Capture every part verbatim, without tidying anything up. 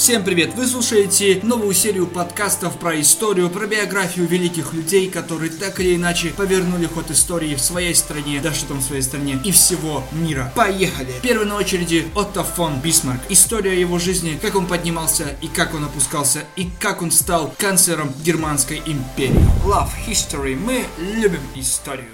Всем привет! Вы слушаете новую серию подкастов про историю, про биографию великих людей, которые так или иначе повернули ход истории в своей стране, да что там в своей стране, и всего мира. Поехали! Первый на очереди Отто фон Бисмарк. История его жизни, как он поднимался и как он опускался, и как он стал канцлером Германской империи. Love History. Мы любим историю.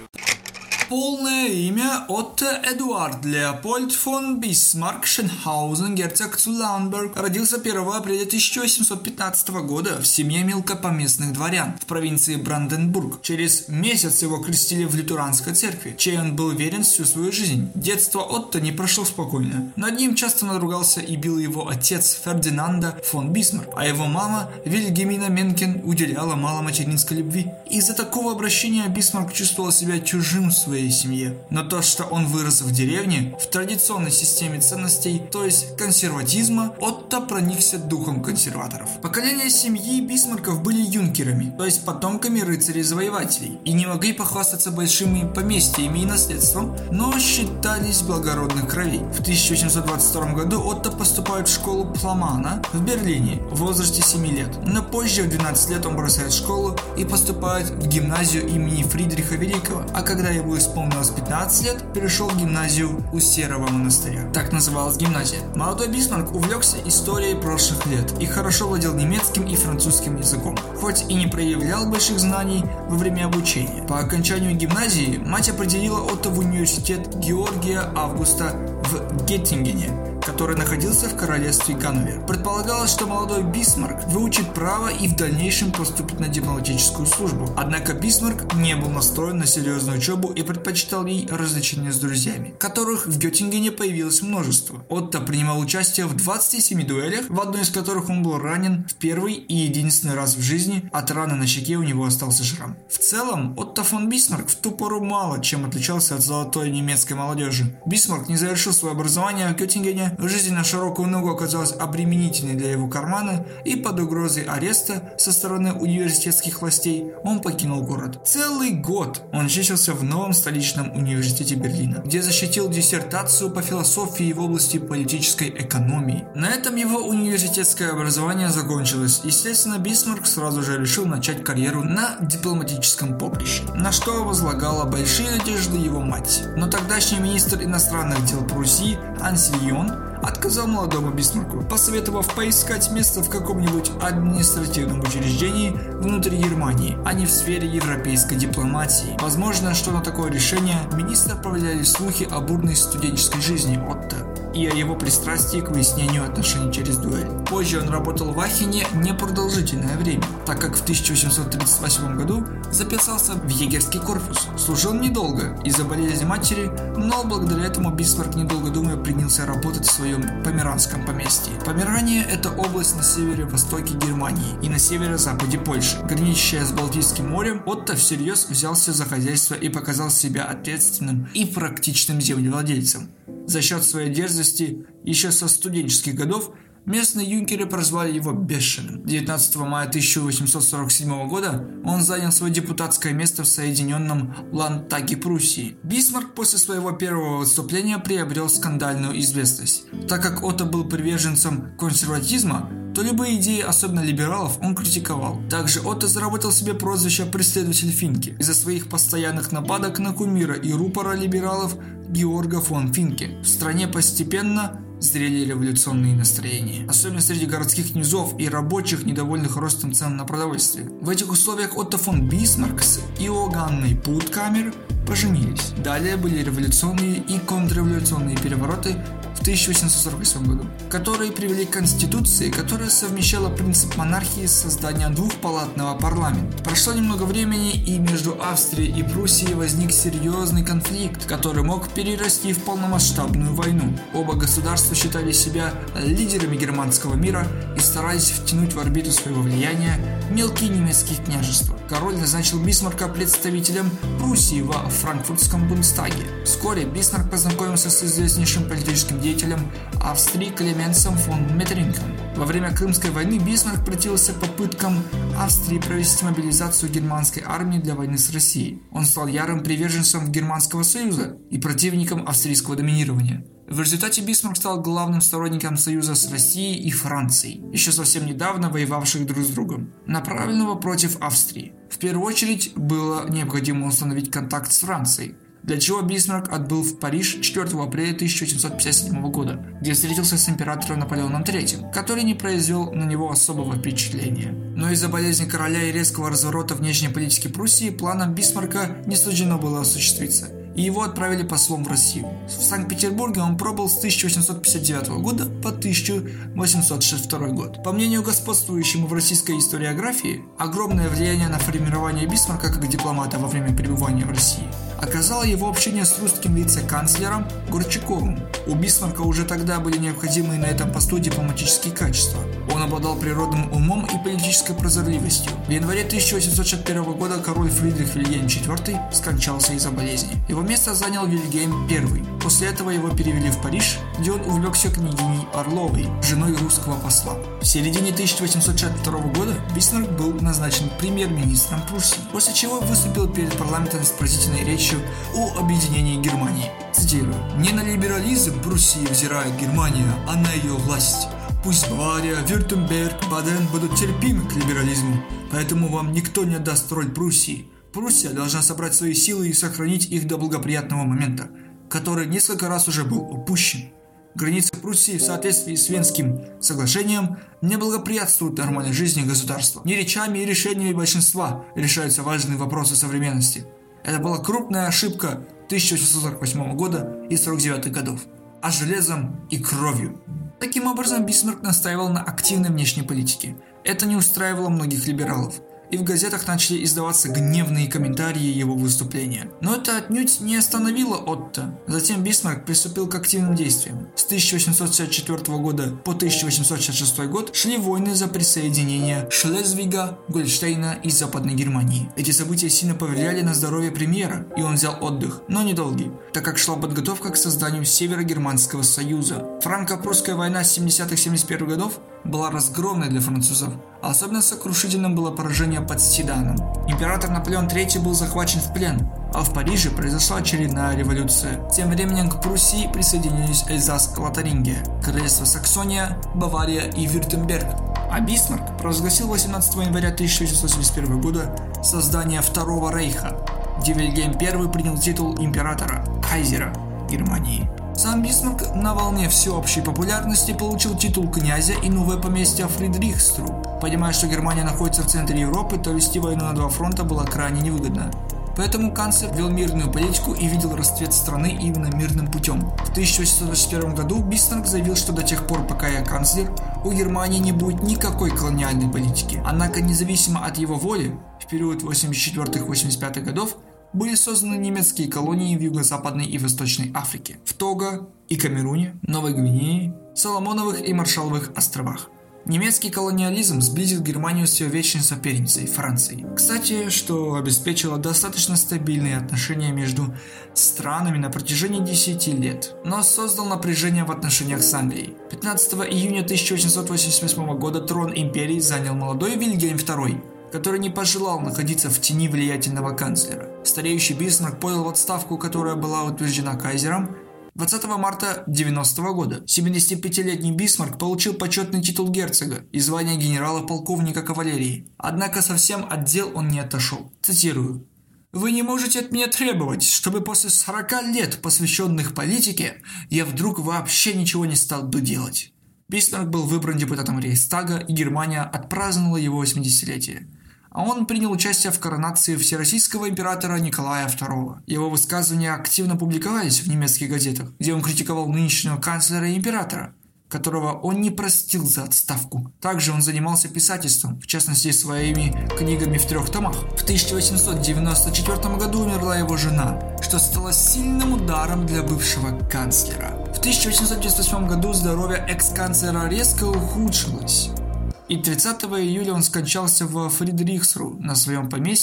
Полное имя Отто Эдуард Леопольд фон Бисмарк Шенхаузен, герцог zu Lauenburg, родился первого апреля тысяча восемьсот пятнадцатого года в семье мелкопоместных дворян в провинции Бранденбург. Через месяц его крестили в лютеранской церкви, чей он был верен всю свою жизнь. Детство Отто не прошло спокойно. Над ним часто надругался и бил его отец Фердинанда фон Бисмарк, а его мама Вильгельмина Менкен уделяла мало материнской любви. Из-за такого обращения Бисмарк чувствовал себя чужим в своей семье. Но то, что он вырос в деревне, в традиционной системе ценностей, то есть консерватизма, Отто проникся духом консерваторов. Поколения семьи Бисмарков были юнкерами, то есть потомками рыцарей-завоевателей, и не могли похвастаться большими поместьями и наследством, но считались благородных кровей. В тысяча восемьсот двадцать втором году Отто поступает в школу Пламана в Берлине в возрасте семи лет, но позже в двенадцать лет он бросает школу и поступает в гимназию имени Фридриха Великого, а когда ему исполнилось пятнадцать лет, перешел в гимназию у Серого монастыря. Так называлась гимназия. Молодой Бисмарк увлекся историей прошлых лет и хорошо владел немецким и французским языком, хоть и не проявлял больших знаний во время обучения. По окончанию гимназии мать определила Отто в университет Георгия Августа в Геттингене, который находился в королевстве Ганновер. Предполагалось, что молодой Бисмарк выучит право и в дальнейшем поступит на дипломатическую службу. Однако Бисмарк не был настроен на серьезную учебу и предпочитал ей развлечения с друзьями, которых в Геттингене появилось множество. Отто принимал участие в двадцати семи дуэлях, в одной из которых он был ранен в первый и единственный раз в жизни. От раны на щеке у него остался шрам. В целом, Отто фон Бисмарк в ту пору мало чем отличался от золотой немецкой молодежи. Бисмарк не завершил свое образование в Геттингене. Жизнь на широкую ногу оказалась обременительной для его кармана, и под угрозой ареста со стороны университетских властей он покинул город. Целый год он числился в новом столичном университете Берлина, где защитил диссертацию по философии в области политической экономии. На этом его университетское образование закончилось. Естественно, Бисмарк сразу же решил начать карьеру на дипломатическом поприще, на что возлагала большие надежды его мать. Но тогдашний министр иностранных дел Пруссии Ансельон отказал молодому Бисмарку, посоветовав поискать место в каком-нибудь административном учреждении внутри Германии, а не в сфере европейской дипломатии. Возможно, что на такое решение министра повлияли слухи о бурной студенческой жизни Отто и о его пристрастии к выяснению отношений через дуэль. Позже он работал в Ахене непродолжительное время, так как в тысяча восемьсот тридцать восьмом году записался в егерский корпус. Служил недолго из-за болезни матери, но благодаря этому Бисмарк, недолго думая, принялся работать в своем померанском поместье. Померания – это область на северо-востоке Германии и на северо-западе Польши, граничащая с Балтийским морем. Отто всерьез взялся за хозяйство и показал себя ответственным и практичным землевладельцем. За счет своей дерзости еще со студенческих годов местные юнкеры прозвали его бешеным. девятнадцатого мая тысяча восемьсот сорок седьмого года он занял свое депутатское место в Соединенном Ландтаге Пруссии. Бисмарк после своего первого выступления приобрел скандальную известность. Так как Отто был приверженцем консерватизма, то любые идеи, особенно либералов, он критиковал. Также Отто заработал себе прозвище «преследователь Финки» из-за своих постоянных нападок на кумира и рупора либералов Георга фон Финке. В стране постепенно зрели революционные настроения, особенно среди городских низов и рабочих, недовольных ростом цен на продовольствие. В этих условиях Отто фон Бисмарк с Иоганной Путкамер поженились. Далее были революционные и контрреволюционные перевороты в тысяча восемьсот сорок восьмом году, которые привели к конституции, которая совмещала принцип монархии с созданием двухпалатного парламента. Прошло немного времени, и между Австрией и Пруссией возник серьезный конфликт, который мог перерасти в полномасштабную войну. Оба государства считали себя лидерами германского мира и старались втянуть в орбиту своего влияния мелкие немецкие княжества. Король назначил Бисмарка представителем Пруссии во франкфуртском Бундестаге. Вскоре Бисмарк познакомился с известнейшим политическим деятелем Австрии Клеменсом фон Меттернихом. Во время Крымской войны Бисмарк противился попыткам Австрии провести мобилизацию германской армии для войны с Россией. Он стал ярым приверженцем Германского союза и противником австрийского доминирования. В результате Бисмарк стал главным сторонником союза с Россией и Францией, еще совсем недавно воевавших друг с другом, направленного против Австрии. В первую очередь было необходимо установить контакт с Францией, для чего Бисмарк отбыл в Париж четвёртого апреля тысяча восемьсот пятьдесят седьмого года, где встретился с императором Наполеоном третьим, который не произвел на него особого впечатления. Но из-за болезни короля и резкого разворота внешней политики Пруссии планам Бисмарка не суждено было осуществиться, и его отправили послом в Россию. В Санкт-Петербурге он пробыл с тысяча восемьсот пятьдесят девятого года по тысяча восемьсот шестьдесят второй год. По мнению господствующему в российской историографии, огромное влияние на формирование Бисмарка как дипломата во время пребывания в России оказало его общение с русским вице-канцлером Горчаковым. У Бисмарка уже тогда были необходимые на этом посту дипломатические качества. Он обладал природным умом и политической прозорливостью. В январе тысяча восемьсот шестьдесят первого года король Фридрих Вильгельм четвёртый скончался из-за болезни. Его место занял Вильгельм первый. После этого его перевели в Париж, где он увлекся княгиней Орловой, женой русского посла. В середине тысяча восемьсот шестьдесят второго года Бисмарк был назначен премьер-министром Пруссии, после чего выступил перед парламентом с поразительной речью о объединении Германии. Цитирую: «Не на либерализм Пруссии взирает Германия, а на ее власть. Пусть Бавария, Вюртемберг, Баден будут терпимы к либерализму, поэтому вам никто не отдаст роль Пруссии. Пруссия должна собрать свои силы и сохранить их до благоприятного момента, который несколько раз уже был упущен. Границы Пруссии в соответствии с Венским соглашением не благоприятствуют нормальной жизни государства. Не речами и решениями большинства решаются важные вопросы современности. Это была крупная ошибка тысяча восемьсот сорок восьмого года и сорок девятых годов, а железом и кровью». Таким образом, Бисмарк настаивал на активной внешней политике. Это не устраивало многих либералов, и в газетах начали издаваться гневные комментарии его выступления. Но это отнюдь не остановило Отто. Затем Бисмарк приступил к активным действиям. С тысяча восемьсот шестьдесят четвёртого года по тысяча восемьсот шестьдесят шестой год шли войны за присоединение Шлезвига, Гольштейна и Западной Германии. Эти события сильно повлияли на здоровье премьера, и он взял отдых, но недолгий, так как шла подготовка к созданию Северо-Германского союза. Франко-прусская война семидесятых — семьдесят первых годов была разгромной для французов, а особенно сокрушительным было поражение под Стиданом. Император Наполеон третий был захвачен в плен, а в Париже произошла очередная революция. Тем временем к Пруссии присоединились Эльзас-Лотарингия, королевство Саксония, Бавария и Вюртемберг. А Бисмарк провозгласил восемнадцатого января тысяча восемьсот семьдесят первого года создание Второго Рейха, где Вильгельм первый принял титул императора, кайзера Германии. Сам Бисмарк на волне всеобщей популярности получил титул князя и новое поместье Фридрихсру. Понимая, что Германия находится в центре Европы, то вести войну на два фронта было крайне невыгодно. Поэтому канцлер вел мирную политику и видел расцвет страны именно мирным путем. В тысяча восемьсот двадцать первом году Бисмарк заявил, что до тех пор, пока я канцлер, у Германии не будет никакой колониальной политики. Однако, независимо от его воли, в период восемьдесят четвёртых — восемьдесят пятых годов были созданы немецкие колонии в Юго-Западной и Восточной Африке, в Того и Камеруне, Новой Гвинее, Соломоновых и Маршалловых островах. Немецкий колониализм сблизил Германию с ее вечной соперницей Францией. Кстати, что обеспечило достаточно стабильные отношения между странами на протяжении десяти лет, но создал напряжение в отношениях с Англией. пятнадцатого июня тысяча восемьсот восемьдесят восьмого года трон империи занял молодой Вильгельм второй, который не пожелал находиться в тени влиятельного канцлера. Стареющий Бисмарк подал в отставку, которая была утверждена кайзером, двадцатого марта девяностого года. семидесятипятилетний Бисмарк получил почетный титул герцога и звание генерала-полковника кавалерии. Однако совсем от дел он не отошел. Цитирую: «Вы не можете от меня требовать, чтобы после сорока лет, посвященных политике, я вдруг вообще ничего не стал бы делать». Бисмарк был выбран депутатом Рейхстага, и Германия отпраздновала его восьмидесятилетие. А он принял участие в коронации всероссийского императора Николая второго. Его высказывания активно публиковались в немецких газетах, где он критиковал нынешнего канцлера и императора, которого он не простил за отставку. Также он занимался писательством, в частности своими книгами в трех томах. В тысяча восемьсот девяносто четвёртом году умерла его жена, что стало сильным ударом для бывшего канцлера. В тысяча восемьсот девяносто восьмом году здоровье экс-канцлера резко ухудшилось, и тридцатого июля он скончался во Фридрихсру на своем поместье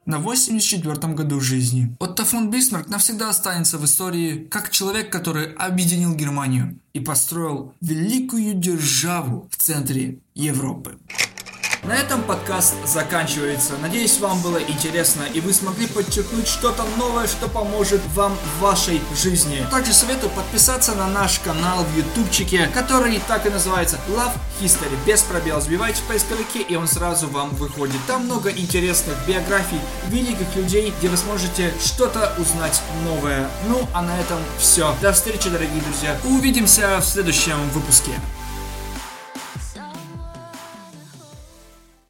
на восемьдесят четвёртом году жизни. Отто фон Бисмарк навсегда останется в истории как человек, который объединил Германию и построил великую державу в центре Европы. На этом подкаст заканчивается. Надеюсь, вам было интересно и вы смогли подчеркнуть что-то новое, что поможет вам в вашей жизни. Также советую подписаться на наш канал в ютубчике, который так и называется Love History. Без пробела забивайте в поисковике, и он сразу вам выходит. Там много интересных биографий великих людей, где вы сможете что-то узнать новое. Ну, а на этом все. До встречи, дорогие друзья. Увидимся в следующем выпуске.